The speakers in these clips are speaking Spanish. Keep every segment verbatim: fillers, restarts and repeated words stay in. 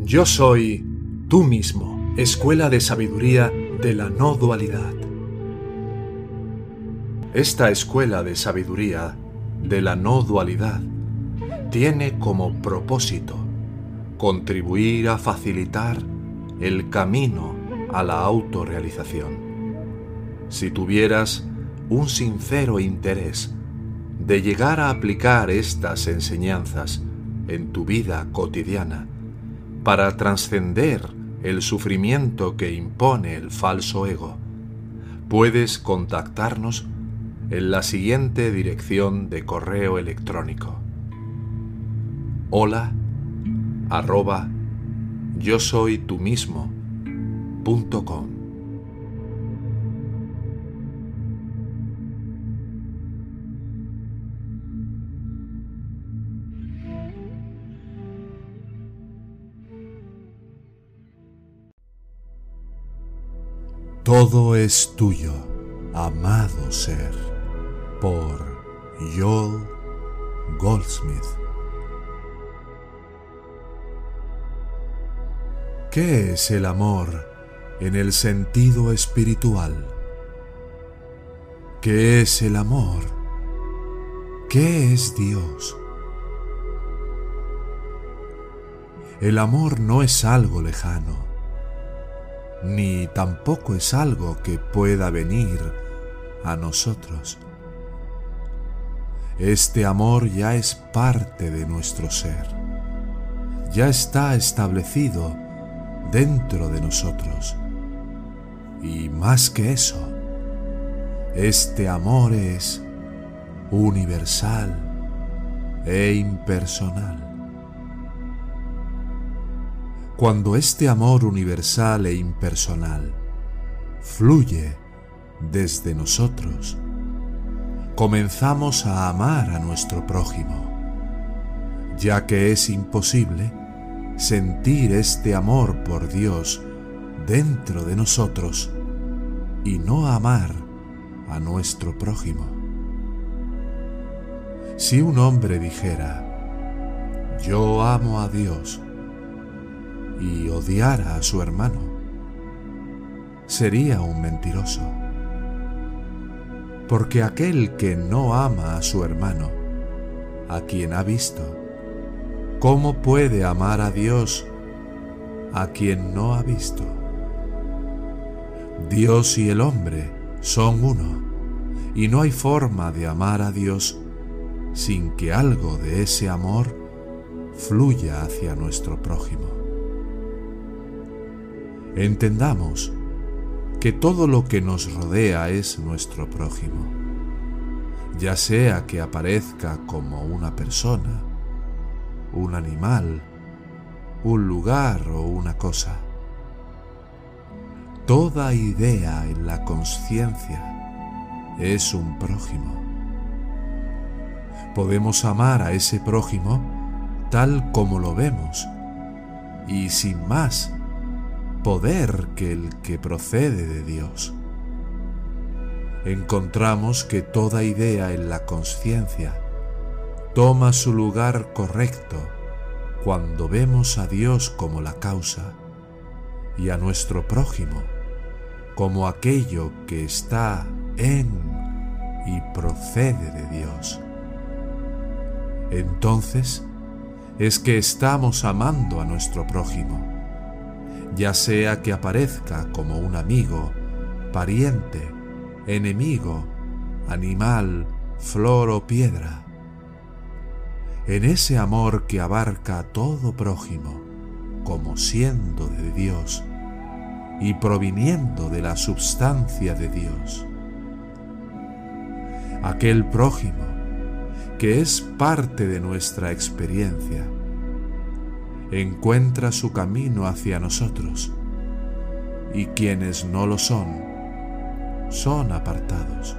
Yo soy tú mismo, escuela de sabiduría de la no dualidad. Esta escuela de sabiduría de la no dualidad tiene como propósito contribuir a facilitar el camino a la autorrealización. Si tuvieras un sincero interés de llegar a aplicar estas enseñanzas en tu vida cotidiana para trascender el sufrimiento que impone el falso ego, puedes contactarnos en la siguiente dirección de correo electrónico: hola arroba yo soy tú mismo punto com. Todo es tuyo, amado ser, por Joel Goldsmith. ¿Qué es el amor en el sentido espiritual? ¿Qué es el amor? ¿Qué es Dios? El amor no es algo lejano, ni tampoco es algo que pueda venir a nosotros. Este amor ya es parte de nuestro ser, ya está establecido dentro de nosotros. Y más que eso, este amor es universal e impersonal. Cuando este amor universal e impersonal fluye desde nosotros, comenzamos a amar a nuestro prójimo, ya que es imposible sentir este amor por Dios dentro de nosotros y no amar a nuestro prójimo. Si un hombre dijera, yo amo a Dios, y odiara a su hermano, sería un mentiroso. Porque aquel que no ama a su hermano, a quien ha visto, ¿cómo puede amar a Dios a quien no ha visto? Dios y el hombre son uno, y no hay forma de amar a Dios sin que algo de ese amor fluya hacia nuestro prójimo. Entendamos que todo lo que nos rodea es nuestro prójimo, ya sea que aparezca como una persona, un animal, un lugar o una cosa. Toda idea en la consciencia es un prójimo. Podemos amar a ese prójimo tal como lo vemos y sin más poder que el que procede de Dios. Encontramos que toda idea en la consciencia toma su lugar correcto cuando vemos a Dios como la causa y a nuestro prójimo como aquello que está en y procede de Dios. Entonces es que estamos amando a nuestro prójimo, ya sea que aparezca como un amigo, pariente, enemigo, animal, flor o piedra. En ese amor que abarca a todo prójimo, como siendo de Dios y proviniendo de la substancia de Dios. Aquel prójimo que es parte de nuestra experiencia, encuentra su camino hacia nosotros, y quienes no lo son, son apartados.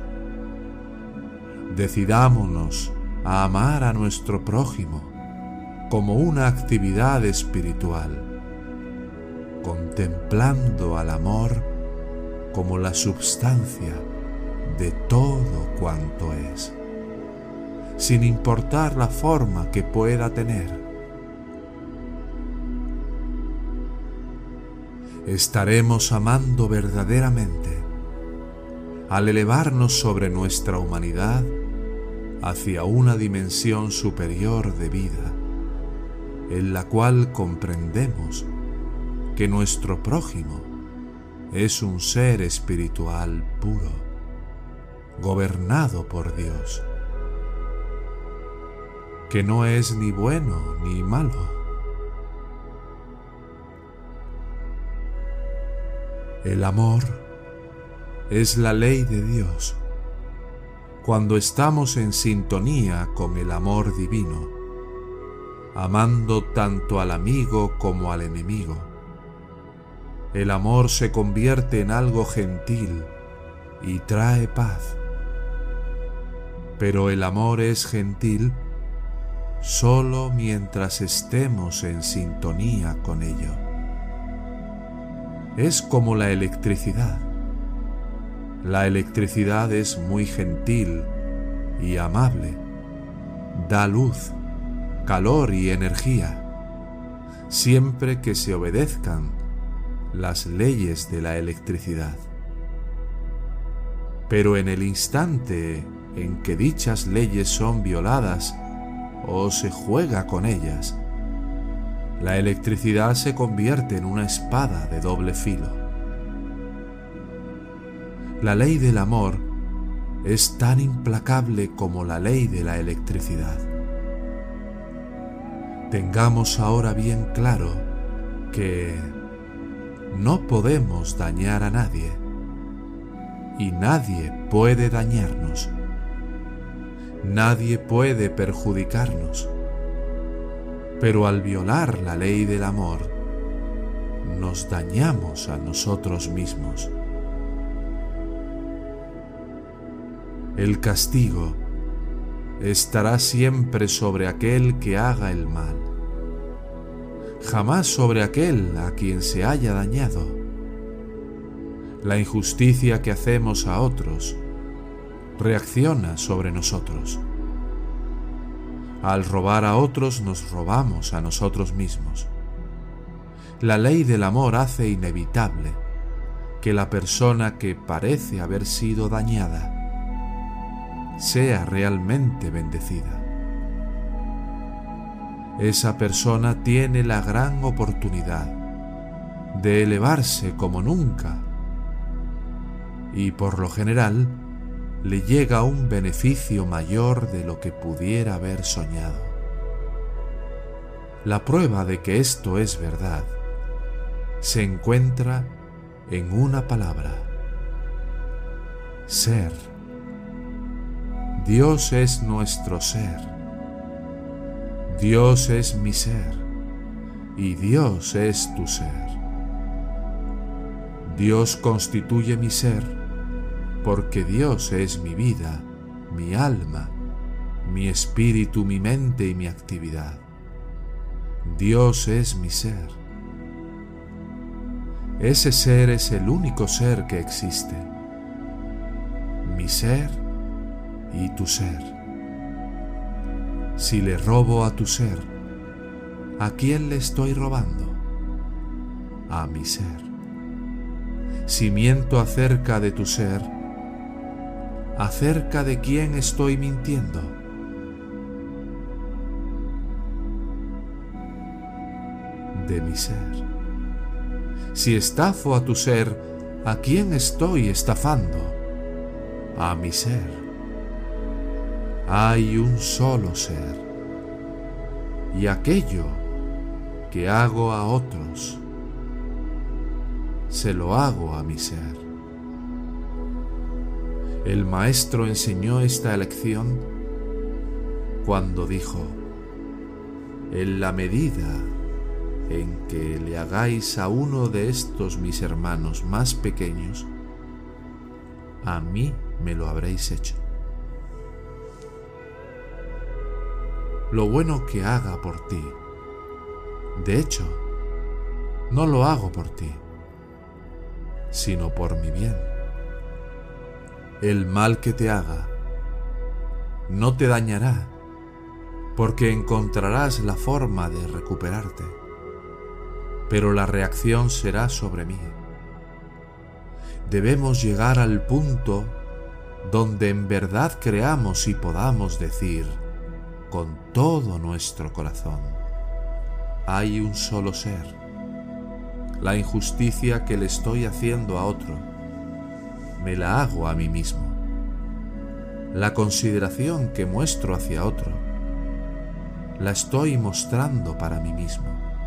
Decidámonos a amar a nuestro prójimo como una actividad espiritual, contemplando al amor como la substancia de todo cuanto es, sin importar la forma que pueda tener. estaremos amando verdaderamente al elevarnos sobre nuestra humanidad hacia una dimensión superior de vida, en la cual comprendemos que nuestro prójimo es un ser espiritual puro, gobernado por Dios, que no es ni bueno ni malo. El amor es la ley de Dios. Cuando estamos en sintonía con el amor divino, amando tanto al amigo como al enemigo, el amor se convierte en algo gentil y trae paz. Pero el amor es gentil solo mientras estemos en sintonía con ello. Es como la electricidad. La electricidad es muy gentil y amable. Da luz, calor y energía, siempre que se obedezcan las leyes de la electricidad. Pero en el instante en que dichas leyes son violadas o se juega con ellas, la electricidad se convierte en una espada de doble filo. La ley del amor es tan implacable como la ley de la electricidad. Tengamos ahora bien claro que no podemos dañar a nadie y nadie puede dañarnos. Nadie puede perjudicarnos. Pero al violar la ley del amor, nos dañamos a nosotros mismos. El castigo estará siempre sobre aquel que haga el mal, jamás sobre aquel a quien se haya dañado. La injusticia que hacemos a otros reacciona sobre nosotros. Al robar a otros nos robamos a nosotros mismos. La ley del amor hace inevitable que la persona que parece haber sido dañada sea realmente bendecida. Esa persona tiene la gran oportunidad de elevarse como nunca y por lo general le llega un beneficio mayor de lo que pudiera haber soñado. La prueba de que esto es verdad se encuentra en una palabra: ser. Dios es nuestro ser. Dios es mi ser y Dios es tu ser. Dios constituye mi ser porque Dios es mi vida, mi alma, mi espíritu, mi mente y mi actividad. Dios es mi ser. Ese ser es el único ser que existe. Mi ser y tu ser. Si le robo a tu ser, ¿a quién le estoy robando? A mi ser. Si miento acerca de tu ser, ¿acerca de quién estoy mintiendo? De mi ser. Si estafo a tu ser, ¿a quién estoy estafando? A mi ser. Hay un solo ser, y aquello que hago a otros, se lo hago a mi ser. El maestro enseñó esta lección cuando dijo: en la medida en que le hagáis a uno de estos mis hermanos más pequeños, a mí me lo habréis hecho. Lo bueno que haga por ti, de hecho, no lo hago por ti, sino por mi bien. El mal que te haga no te dañará, porque encontrarás la forma de recuperarte. pero la reacción será sobre mí. Debemos llegar al punto donde en verdad creamos y podamos decir con todo nuestro corazón: hay un solo ser. La injusticia que le estoy haciendo a otro, me la hago a mí mismo. La consideración que muestro hacia otro, la estoy mostrando para mí mismo.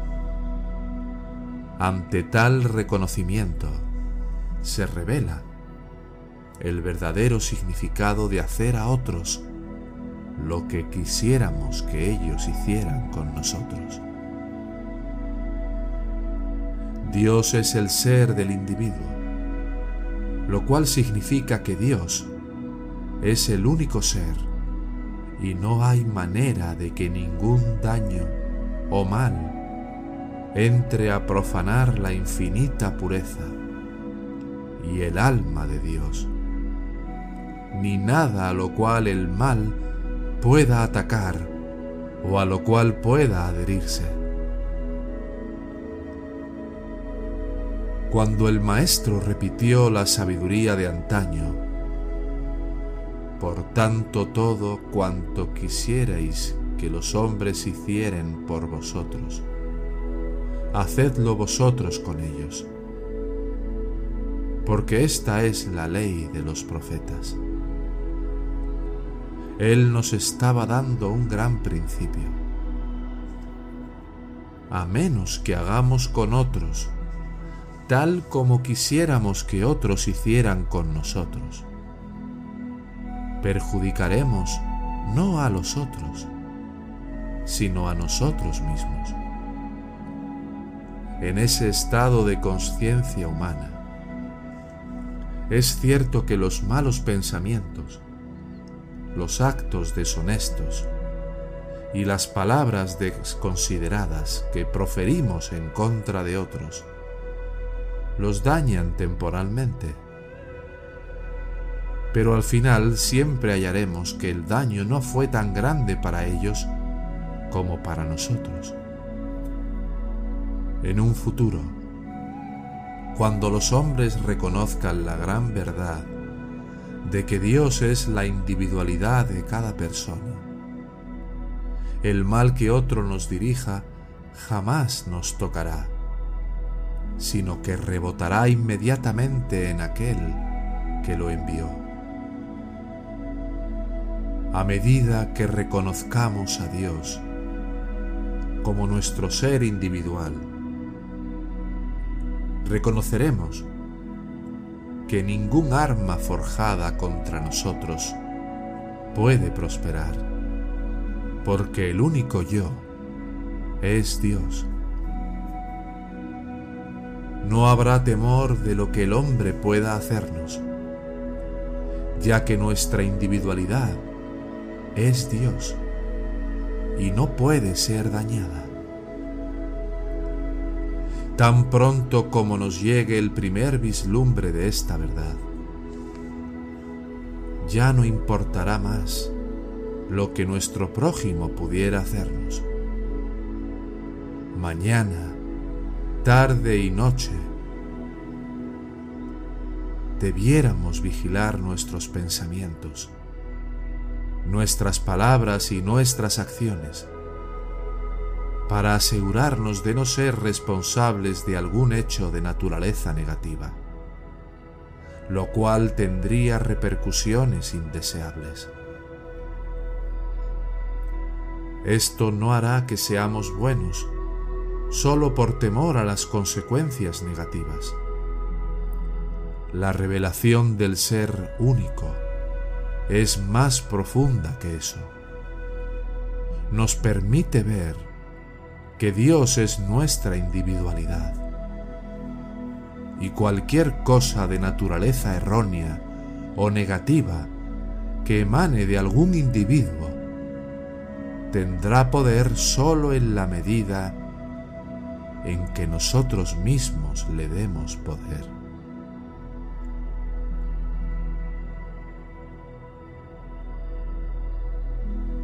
Ante tal reconocimiento, se revela el verdadero significado de hacer a otros lo que quisiéramos que ellos hicieran con nosotros. Dios es el ser del individuo, lo cual significa que Dios es el único ser y no hay manera de que ningún daño o mal entre a profanar la infinita pureza y el alma de Dios, ni nada a lo cual el mal pueda atacar o a lo cual pueda adherirse. Cuando el Maestro repitió la sabiduría de antaño: por tanto todo cuanto quisierais que los hombres hicieren por vosotros, hacedlo vosotros con ellos, porque esta es la ley de los profetas. Él nos estaba dando un gran principio. A menos que hagamos con otros tal como quisiéramos que otros hicieran con nosotros, perjudicaremos no a los otros, sino a nosotros mismos. En ese estado de conciencia humana, es cierto que los malos pensamientos, los actos deshonestos y las palabras desconsideradas que proferimos en contra de otros los dañan temporalmente, pero al final siempre hallaremos que el daño no fue tan grande para ellos como para nosotros. En un futuro, cuando los hombres reconozcan la gran verdad de que Dios es la individualidad de cada persona, el mal que otro nos dirija jamás nos tocará, sino que rebotará inmediatamente en aquel que lo envió. A medida que reconozcamos a Dios como nuestro ser individual, reconoceremos que ningún arma forjada contra nosotros puede prosperar, porque el único yo es Dios. No habrá temor de lo que el hombre pueda hacernos, ya que nuestra individualidad es Dios y no puede ser dañada. Tan pronto como nos llegue el primer vislumbre de esta verdad, ya no importará más lo que nuestro prójimo pudiera hacernos. Mañana, tarde y noche, debiéramos vigilar nuestros pensamientos, nuestras palabras y nuestras acciones, para asegurarnos de no ser responsables de algún hecho de naturaleza negativa, lo cual tendría repercusiones indeseables. Esto no hará que seamos buenos solo por temor a las consecuencias negativas. La revelación del ser único es más profunda que eso. Nos permite ver que Dios es nuestra individualidad, y cualquier cosa de naturaleza errónea o negativa que emane de algún individuo tendrá poder solo en la medida en que nosotros mismos le demos poder.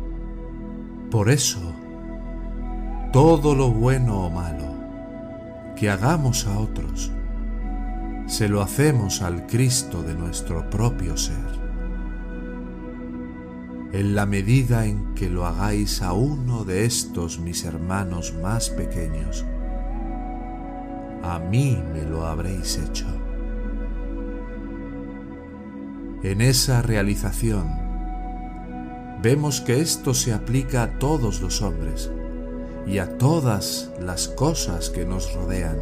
Por eso, todo lo bueno o malo que hagamos a otros, se lo hacemos al Cristo de nuestro propio ser. En la medida en que lo hagáis a uno de estos mis hermanos más pequeños, a mí me lo habréis hecho. En esa realización, vemos que esto se aplica a todos los hombres y a todas las cosas que nos rodean,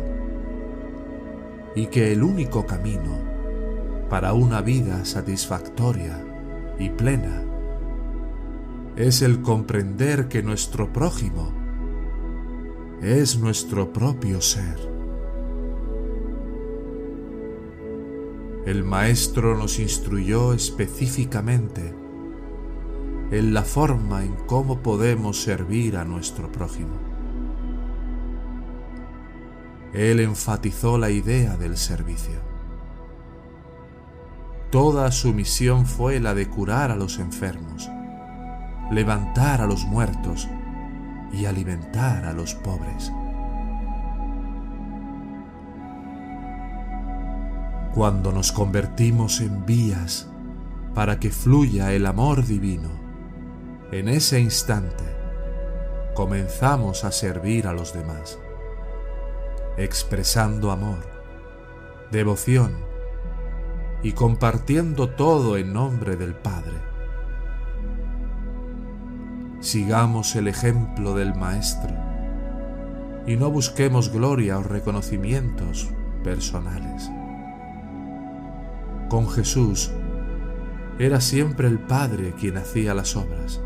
y que el único camino para una vida satisfactoria y plena es el comprender que nuestro prójimo es nuestro propio ser. El Maestro nos instruyó específicamente en la forma en cómo podemos servir a nuestro prójimo. Él enfatizó la idea del servicio. Toda su misión fue la de curar a los enfermos, levantar a los muertos y alimentar a los pobres. Cuando nos convertimos en vías para que fluya el amor divino, en ese instante comenzamos a servir a los demás, expresando amor, devoción y compartiendo todo en nombre del Padre. Sigamos el ejemplo del Maestro y no busquemos gloria o reconocimientos personales. Con Jesús era siempre el Padre quien hacía las obras.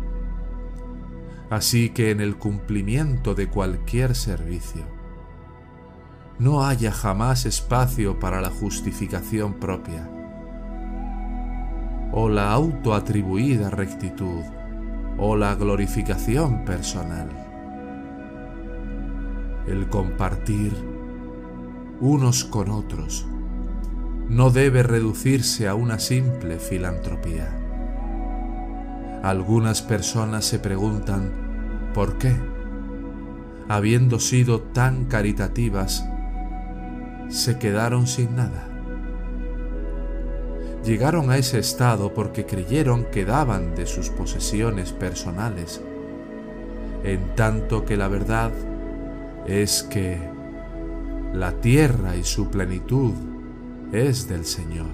Así que en el cumplimiento de cualquier servicio, no haya jamás espacio para la justificación propia o la autoatribuida rectitud o la glorificación personal. El compartir unos con otros no debe reducirse a una simple filantropía. Algunas personas se preguntan ¿por qué, habiendo sido tan caritativas, se quedaron sin nada? Llegaron a ese estado porque creyeron que daban de sus posesiones personales, en tanto que la verdad es que la tierra y su plenitud es del Señor.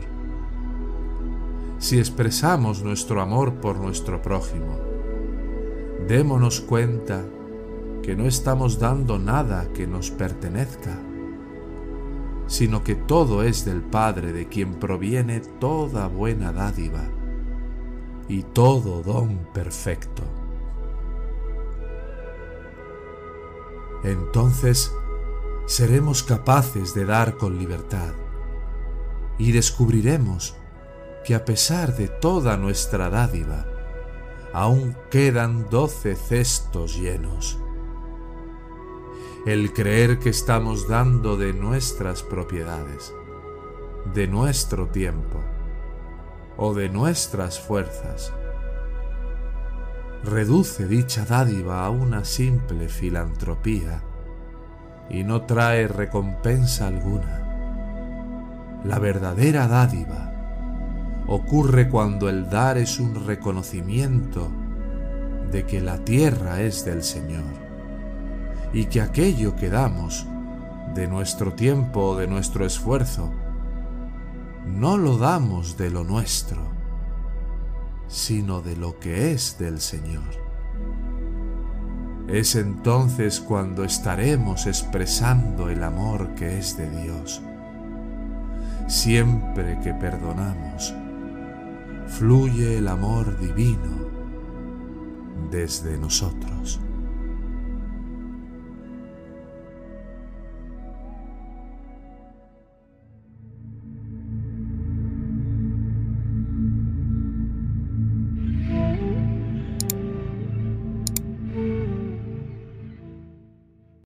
Si expresamos nuestro amor por nuestro prójimo, démonos cuenta que no estamos dando nada que nos pertenezca, sino que todo es del Padre, de quien proviene toda buena dádiva y todo don perfecto. Entonces seremos capaces de dar con libertad y descubriremos que a pesar de toda nuestra dádiva, aún quedan doce cestos llenos. El creer que estamos dando de nuestras propiedades, de nuestro tiempo o de nuestras fuerzas, reduce dicha dádiva a una simple filantropía y no trae recompensa alguna. La verdadera dádiva ocurre cuando el dar es un reconocimiento de que la tierra es del Señor y que aquello que damos de nuestro tiempo o de nuestro esfuerzo no lo damos de lo nuestro, sino de lo que es del Señor. Es entonces cuando estaremos expresando el amor que es de Dios. Siempre que perdonamos, fluye el amor divino desde nosotros.